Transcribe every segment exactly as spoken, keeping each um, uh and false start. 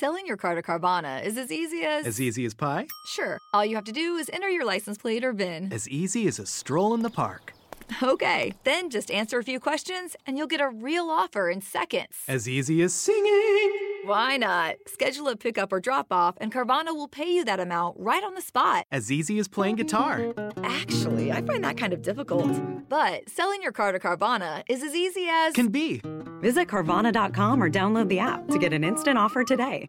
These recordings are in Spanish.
Selling your car to Carvana is as easy as... As easy as pie? Sure. All you have to do is enter your license plate or V I N. As easy as a stroll in the park. Okay, then just answer a few questions and you'll get a real offer in seconds. As easy as singing. Why not? Schedule a pickup or drop-off and Carvana will pay you that amount right on the spot. As easy as playing guitar. Actually, I find that kind of difficult. But selling your car to Carvana is as easy as... Can be. Visit Carvana dot com or download the app to get an instant offer today.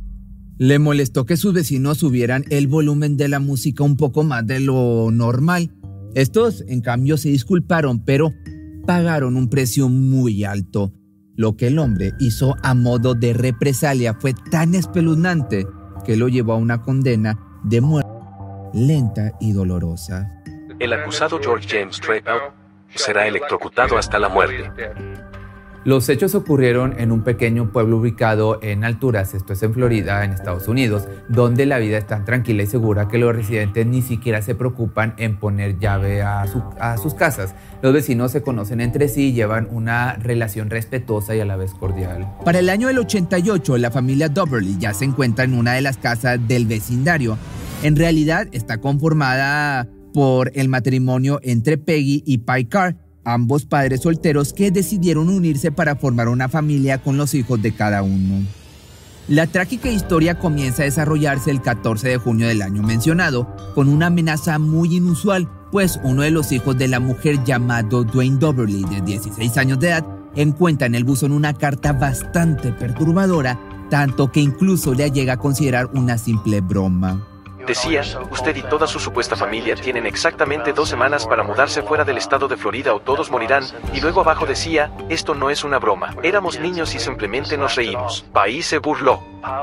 Le molestó que sus vecinos subieran el volumen de la música un poco más de lo normal. Estos, en cambio, se disculparon, pero pagaron un precio muy alto. Lo que el hombre hizo a modo de represalia fue tan espeluznante que lo llevó a una condena de muerte lenta y dolorosa. El acusado George James Draper será electrocutado hasta la muerte. Los hechos ocurrieron en un pequeño pueblo ubicado en alturas, esto es en Florida, en Estados Unidos, donde la vida es tan tranquila y segura que los residentes ni siquiera se preocupan en poner llave a, su, a sus casas. Los vecinos se conocen entre sí y llevan una relación respetuosa y a la vez cordial. Para el año del ochenta y ocho, la familia Doberly ya se encuentra en una de las casas del vecindario. En realidad está conformada por el matrimonio entre Peggy y Pi Carr, ambos padres solteros que decidieron unirse para formar una familia con los hijos de cada uno. La trágica historia comienza a desarrollarse el catorce de junio del año mencionado, con una amenaza muy inusual, pues uno de los hijos de la mujer, llamado Dwayne Doberly, de dieciséis años de edad, encuentra en el buzón una carta bastante perturbadora, tanto que incluso le llega a considerar una simple broma. Decía, usted y toda su supuesta familia tienen exactamente dos semanas para mudarse fuera del estado de Florida o todos morirán, y luego abajo decía, esto no es una broma, éramos niños y simplemente nos reímos. País se burló.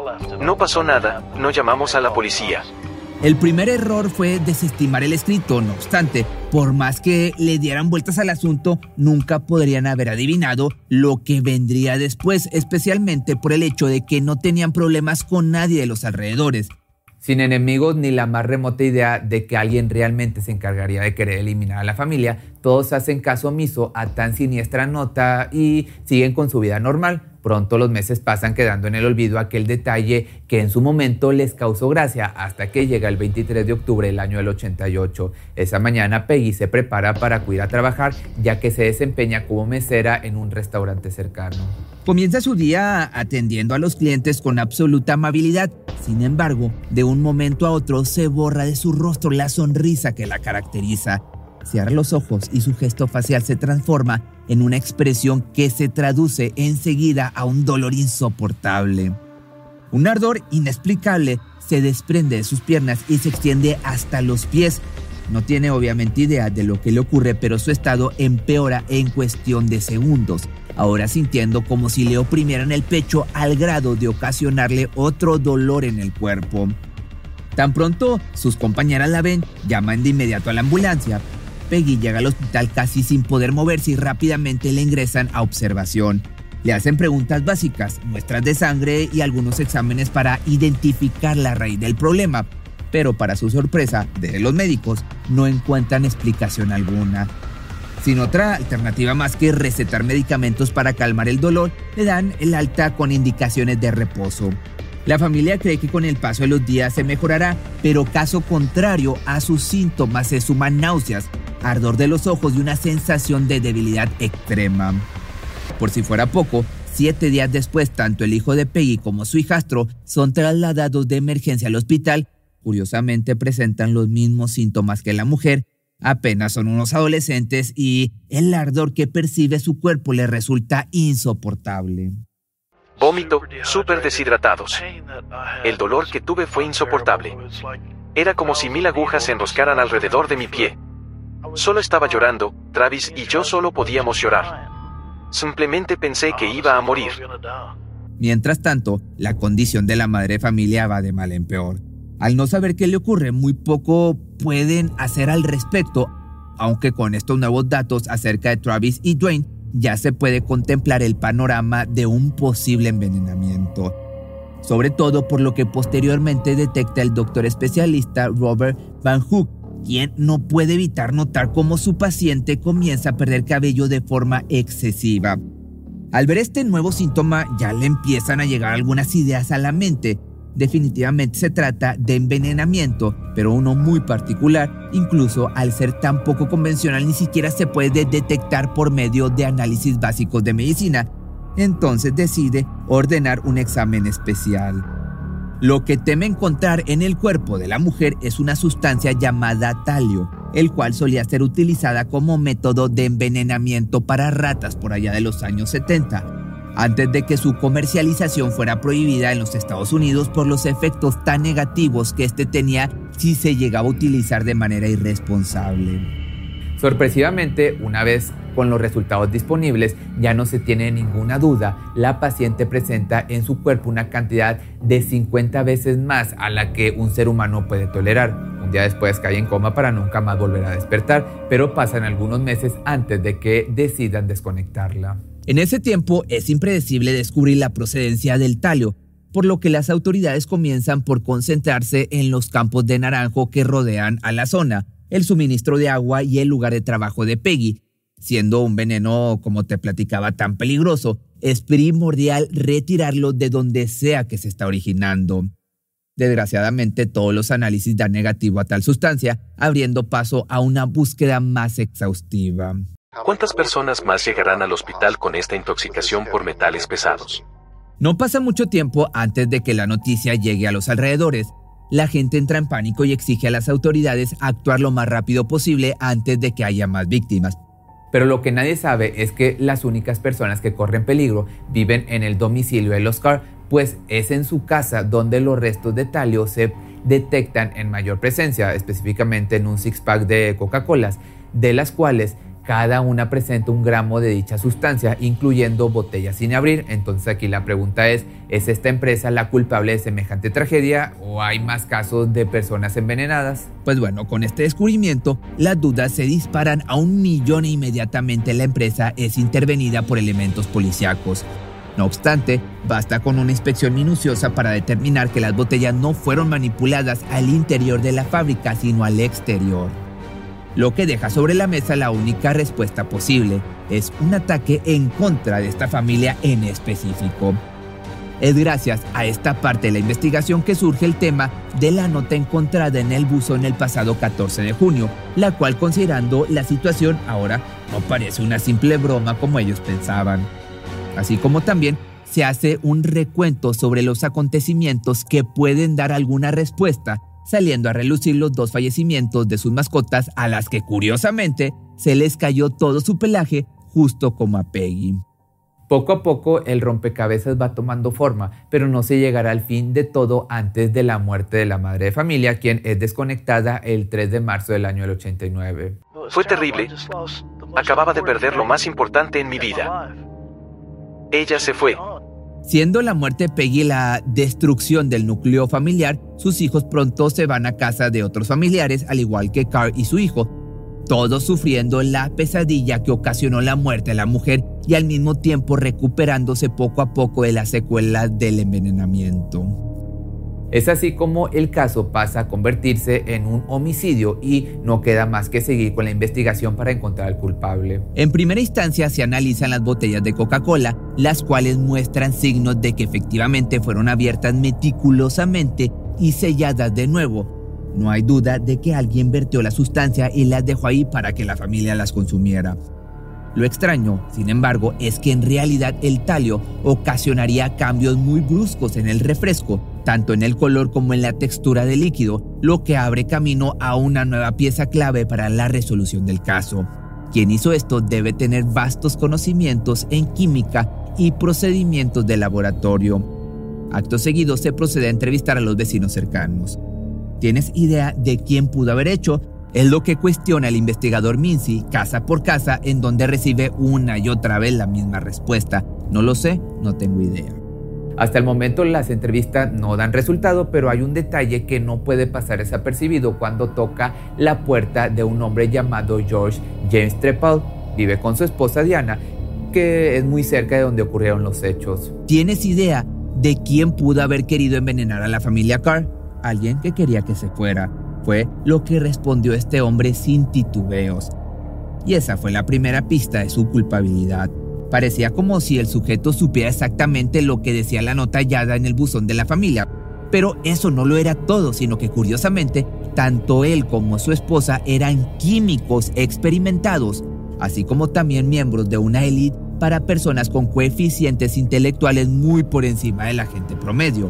No pasó nada, no llamamos a la policía. El primer error fue desestimar el escrito, no obstante, por más que le dieran vueltas al asunto, nunca podrían haber adivinado lo que vendría después, especialmente por el hecho de que no tenían problemas con nadie de los alrededores. Sin enemigos ni la más remota idea de que alguien realmente se encargaría de querer eliminar a la familia, todos hacen caso omiso a tan siniestra nota y siguen con su vida normal. Pronto los meses pasan quedando en el olvido aquel detalle que en su momento les causó gracia hasta que llega el veintitrés de octubre del año del ochenta y ocho. Esa mañana Peggy se prepara para acudir a trabajar ya que se desempeña como mesera en un restaurante cercano. Comienza su día atendiendo a los clientes con absoluta amabilidad. Sin embargo, de un momento a otro se borra de su rostro la sonrisa que la caracteriza. Cierra los ojos y su gesto facial se transforma en una expresión que se traduce enseguida a un dolor insoportable. Un ardor inexplicable se desprende de sus piernas y se extiende hasta los pies. No tiene obviamente idea de lo que le ocurre, pero su estado empeora en cuestión de segundos, ahora sintiendo como si le oprimieran el pecho al grado de ocasionarle otro dolor en el cuerpo. Tan pronto sus compañeras la ven, llaman de inmediato a la ambulancia. Peggy llega al hospital casi sin poder moverse y rápidamente le ingresan a observación. Le hacen preguntas básicas, muestras de sangre y algunos exámenes para identificar la raíz del problema. Pero para su sorpresa, de los médicos, no encuentran explicación alguna. Sin otra alternativa más que recetar medicamentos para calmar el dolor, le dan el alta con indicaciones de reposo. La familia cree que con el paso de los días se mejorará, pero caso contrario a sus síntomas se suman náuseas, ardor de los ojos y una sensación de debilidad extrema. Por si fuera poco, siete días después, tanto el hijo de Peggy como su hijastro son trasladados de emergencia al hospital. Curiosamente presentan los mismos síntomas que la mujer, apenas son unos adolescentes y el ardor que percibe su cuerpo le resulta insoportable. Vómito, súper deshidratados. El dolor que tuve fue insoportable. Era como si mil agujas se enroscaran alrededor de mi pie. Solo estaba llorando, Travis y yo solo podíamos llorar. Simplemente pensé que iba a morir. Mientras tanto, la condición de la madre de familia va de mal en peor. Al no saber qué le ocurre, muy poco pueden hacer al respecto, aunque con estos nuevos datos acerca de Travis y Dwayne, ya se puede contemplar el panorama de un posible envenenamiento. Sobre todo por lo que posteriormente detecta el doctor especialista Robert Van Hook, quien no puede evitar notar cómo su paciente comienza a perder cabello de forma excesiva. Al ver este nuevo síntoma, ya le empiezan a llegar algunas ideas a la mente. Definitivamente se trata de envenenamiento, pero uno muy particular. Incluso al ser tan poco convencional, ni siquiera se puede detectar por medio de análisis básicos de medicina. Entonces decide ordenar un examen especial. Lo que teme encontrar en el cuerpo de la mujer es una sustancia llamada talio, el cual solía ser utilizada como método de envenenamiento para ratas por allá de los años setenta, antes de que su comercialización fuera prohibida en los Estados Unidos por los efectos tan negativos que este tenía si se llegaba a utilizar de manera irresponsable. Sorpresivamente, una vez con los resultados disponibles, ya no se tiene ninguna duda, la paciente presenta en su cuerpo una cantidad de cincuenta veces más a la que un ser humano puede tolerar. Un día después cae en coma para nunca más volver a despertar, pero pasan algunos meses antes de que decidan desconectarla. En ese tiempo es impredecible descubrir la procedencia del talio, por lo que las autoridades comienzan por concentrarse en los campos de naranjo que rodean a la zona, el suministro de agua y el lugar de trabajo de Peggy. Siendo un veneno, como te platicaba, tan peligroso, es primordial retirarlo de donde sea que se está originando. Desgraciadamente, todos los análisis dan negativo a tal sustancia, abriendo paso a una búsqueda más exhaustiva. ¿Cuántas personas más llegarán al hospital con esta intoxicación por metales pesados? No pasa mucho tiempo antes de que la noticia llegue a los alrededores. La gente entra en pánico y exige a las autoridades actuar lo más rápido posible antes de que haya más víctimas. Pero lo que nadie sabe es que las únicas personas que corren peligro viven en el domicilio de los Carr, pues es en su casa donde los restos de talio se detectan en mayor presencia, específicamente en un six-pack de Coca-Colas, de las cuales cada una presenta un gramo de dicha sustancia, incluyendo botellas sin abrir. Entonces aquí la pregunta es, ¿es esta empresa la culpable de semejante tragedia o hay más casos de personas envenenadas? Pues bueno, con este descubrimiento, las dudas se disparan a un millón e inmediatamente la empresa es intervenida por elementos policíacos. No obstante, basta con una inspección minuciosa para determinar que las botellas no fueron manipuladas al interior de la fábrica, sino al exterior. Lo que deja sobre la mesa la única respuesta posible, es un ataque en contra de esta familia en específico. Es gracias a esta parte de la investigación que surge el tema de la nota encontrada en el buzón el pasado catorce de junio, la cual, considerando la situación ahora, no parece una simple broma como ellos pensaban. Así como también se hace un recuento sobre los acontecimientos que pueden dar alguna respuesta, saliendo a relucir los dos fallecimientos de sus mascotas a las que curiosamente se les cayó todo su pelaje justo como a Peggy. Poco a poco el rompecabezas va tomando forma, pero no se llegará al fin de todo antes de la muerte de la madre de familia, quien es desconectada el tres de marzo del año del ochenta y nueve. Fue terrible. Acababa de perder lo más importante en mi vida. Ella se fue. Siendo la muerte de Peggy la destrucción del núcleo familiar, sus hijos pronto se van a casa de otros familiares, al igual que Carr y su hijo, todos sufriendo la pesadilla que ocasionó la muerte de la mujer y al mismo tiempo recuperándose poco a poco de las secuelas del envenenamiento. Es así como el caso pasa a convertirse en un homicidio y no queda más que seguir con la investigación para encontrar al culpable. En primera instancia se analizan las botellas de Coca-Cola, las cuales muestran signos de que efectivamente fueron abiertas meticulosamente y selladas de nuevo. No hay duda de que alguien vertió la sustancia y las dejó ahí para que la familia las consumiera. Lo extraño, sin embargo, es que en realidad el talio ocasionaría cambios muy bruscos en el refresco, tanto en el color como en la textura del líquido, lo que abre camino a una nueva pieza clave para la resolución del caso. Quien hizo esto debe tener vastos conocimientos en química y procedimientos de laboratorio. Acto seguido se procede a entrevistar a los vecinos cercanos. ¿Tienes idea de quién pudo haber hecho? Es lo que cuestiona el investigador Mincy, casa por casa, en donde recibe una y otra vez la misma respuesta. No lo sé, no tengo idea. Hasta el momento las entrevistas no dan resultado, pero hay un detalle que no puede pasar desapercibido cuando toca la puerta de un hombre llamado George James Trepal. Vive con su esposa Diana, que es muy cerca de donde ocurrieron los hechos. ¿Tienes idea de quién pudo haber querido envenenar a la familia Carr? Alguien que quería que se fuera. Fue lo que respondió este hombre sin titubeos. Y esa fue la primera pista de su culpabilidad. Parecía como si el sujeto supiera exactamente lo que decía la nota hallada en el buzón de la familia. Pero eso no lo era todo, sino que curiosamente, tanto él como su esposa eran químicos experimentados, así como también miembros de una élite para personas con coeficientes intelectuales muy por encima de la gente promedio.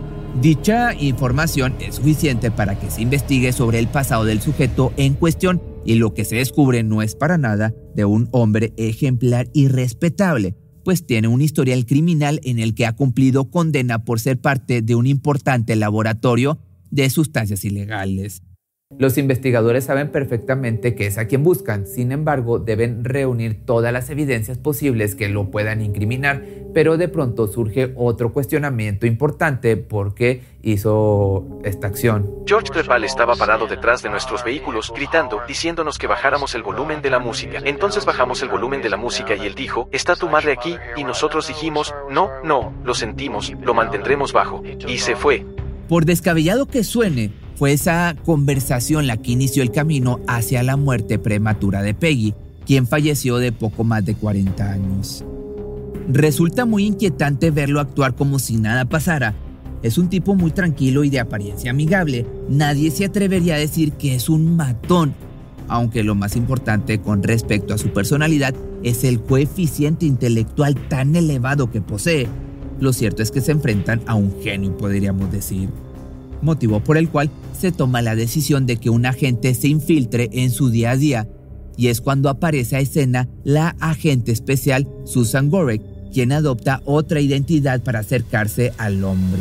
Dicha información es suficiente para que se investigue sobre el pasado del sujeto en cuestión, y lo que se descubre no es para nada de un hombre ejemplar y respetable, pues tiene un historial criminal en el que ha cumplido condena por ser parte de un importante laboratorio de sustancias ilegales. Los investigadores saben perfectamente que es a quien buscan, sin embargo, deben reunir todas las evidencias posibles que lo puedan incriminar, pero de pronto surge otro cuestionamiento importante: ¿por qué hizo esta acción? George Trepal estaba parado detrás de nuestros vehículos, gritando, diciéndonos que bajáramos el volumen de la música. Entonces bajamos el volumen de la música y él dijo, ¿está tu madre aquí? Y nosotros dijimos, no, no, lo sentimos, lo mantendremos bajo. Y se fue. Por descabellado que suene, fue esa conversación la que inició el camino hacia la muerte prematura de Peggy, quien falleció de poco más de cuarenta años. Resulta muy inquietante verlo actuar como si nada pasara. Es un tipo muy tranquilo y de apariencia amigable. Nadie se atrevería a decir que es un matón, aunque lo más importante con respecto a su personalidad es el coeficiente intelectual tan elevado que posee. Lo cierto es que se enfrentan a un genio, podríamos decir. Motivo por el cual se toma la decisión de que un agente se infiltre en su día a día, y es cuando aparece a escena la agente especial Susan Gorek, quien adopta otra identidad para acercarse al hombre.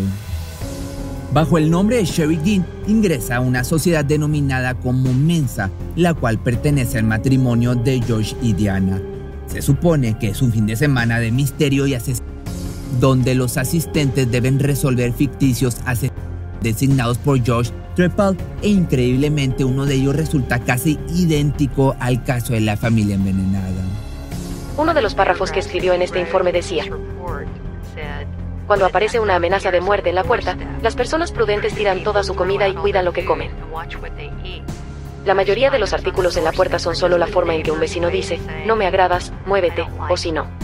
Bajo el nombre de Sherry Dean, ingresa a una sociedad denominada como Mensa, la cual pertenece al matrimonio de George y Diana. Se supone que es un fin de semana de misterio y asesinato, donde los asistentes deben resolver ficticios asesinatos designados por George Trepal, e increíblemente uno de ellos resulta casi idéntico al caso de la familia envenenada. Uno de los párrafos que escribió en este informe decía: cuando aparece una amenaza de muerte en la puerta, las personas prudentes tiran toda su comida y cuidan lo que comen. La mayoría de los artículos en la puerta son solo la forma en que un vecino dice, no me agradas, muévete, o si no.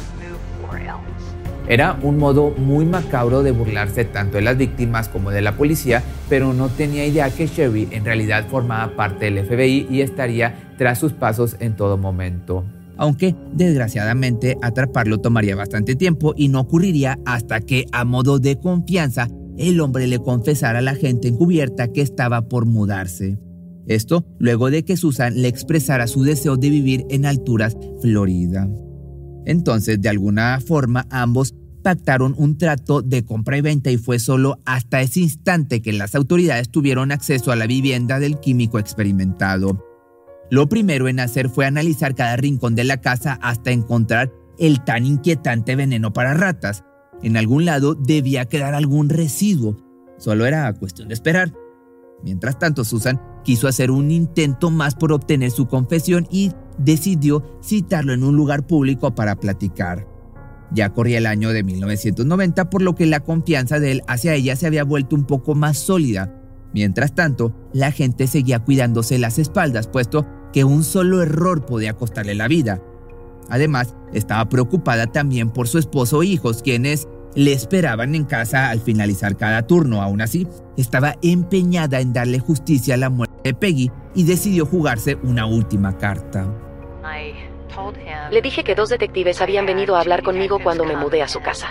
Era un modo muy macabro de burlarse tanto de las víctimas como de la policía, pero no tenía idea que Sherry en realidad formaba parte del F B I y estaría tras sus pasos en todo momento. Aunque, desgraciadamente, atraparlo tomaría bastante tiempo y no ocurriría hasta que, a modo de confianza, el hombre le confesara a la gente encubierta que estaba por mudarse. Esto luego de que Susan le expresara su deseo de vivir en alturas Florida. Entonces, de alguna forma, ambos pactaron un trato de compra y venta, y fue solo hasta ese instante que las autoridades tuvieron acceso a la vivienda del químico experimentado. Lo primero en hacer fue analizar cada rincón de la casa hasta encontrar el tan inquietante veneno para ratas. En algún lado debía quedar algún residuo, solo era cuestión de esperar. Mientras tanto, Susan quiso hacer un intento más por obtener su confesión y decidió citarlo en un lugar público para platicar. Ya corría el año de mil novecientos noventa, por lo que la confianza de él hacia ella se había vuelto un poco más sólida. Mientras tanto, la gente seguía cuidándose las espaldas, puesto que un solo error podía costarle la vida. Además, estaba preocupada también por su esposo e hijos, quienes le esperaban en casa al finalizar cada turno. Aún así, estaba empeñada en darle justicia a la muerte de Peggy y decidió jugarse una última carta. Le dije que dos detectives habían venido a hablar conmigo cuando me mudé a su casa.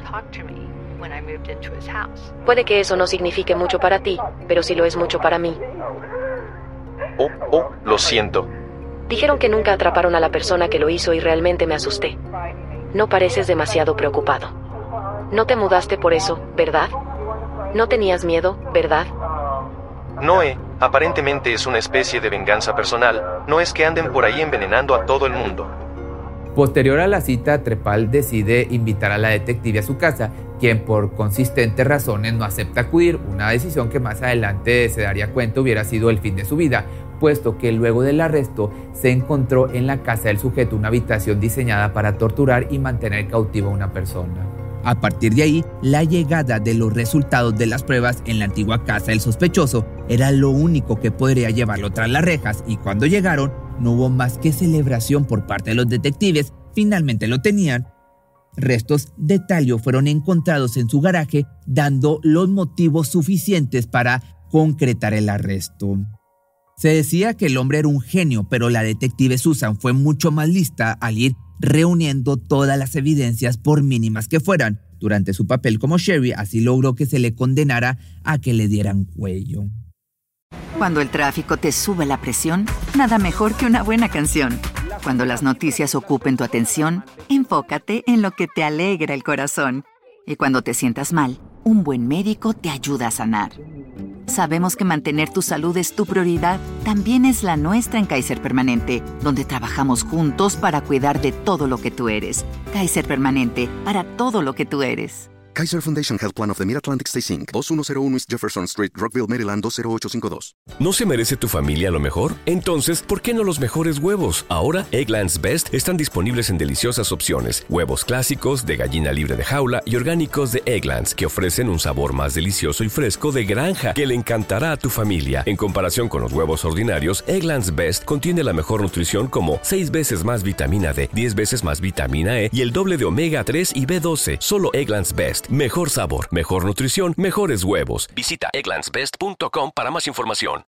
Puede que eso no signifique mucho para ti, pero sí lo es mucho para mí. Oh, oh, lo siento. Dijeron que nunca atraparon a la persona que lo hizo y realmente me asusté. No pareces demasiado preocupado. No te mudaste por eso, ¿verdad? No tenías miedo, ¿verdad? Noé, aparentemente es una especie de venganza personal. No es que anden por ahí envenenando a todo el mundo. Posterior a la cita, Trepal decide invitar a la detective a su casa, quien por consistentes razones no acepta acudir, una decisión que más adelante se daría cuenta hubiera sido el fin de su vida, puesto que luego del arresto se encontró en la casa del sujeto una habitación diseñada para torturar y mantener cautiva a una persona. A partir de ahí, la llegada de los resultados de las pruebas en la antigua casa del sospechoso era lo único que podría llevarlo tras las rejas, y cuando llegaron, no hubo más que celebración por parte de los detectives. Finalmente lo tenían. restos de talio fueron encontrados en su garaje, dando los motivos suficientes para concretar el arresto. Se decía que el hombre era un genio, pero la detective Susan fue mucho más lista al ir reuniendo todas las evidencias por mínimas que fueran. Durante su papel como Sherry, así logró que se le condenara a que le dieran cuello. Cuando el tráfico te sube la presión, nada mejor que una buena canción. Cuando las noticias ocupen tu atención, enfócate en lo que te alegra el corazón. Y cuando te sientas mal, un buen médico te ayuda a sanar. Sabemos que mantener tu salud es tu prioridad. También es la nuestra en Kaiser Permanente, donde trabajamos juntos para cuidar de todo lo que tú eres. Kaiser Permanente, para todo lo que tú eres. Kaiser Foundation Health Plan of the Mid-Atlantic Stay Incorporated, veintiuno cero uno East Jefferson Street, Rockville, Maryland dos cero ocho cinco dos. ¿No se merece tu familia lo mejor? Entonces, ¿por qué no los mejores huevos? Ahora, Eggland's Best están disponibles en deliciosas opciones. Huevos clásicos, de gallina libre de jaula y orgánicos de Eggland's, que ofrecen un sabor más delicioso y fresco de granja que le encantará a tu familia. En comparación con los huevos ordinarios, Eggland's Best contiene la mejor nutrición como seis veces más vitamina D, diez veces más vitamina E y el doble de omega tres y B doce. Solo Eggland's Best. Mejor sabor, mejor nutrición, mejores huevos. Visita egglands best punto com para más información.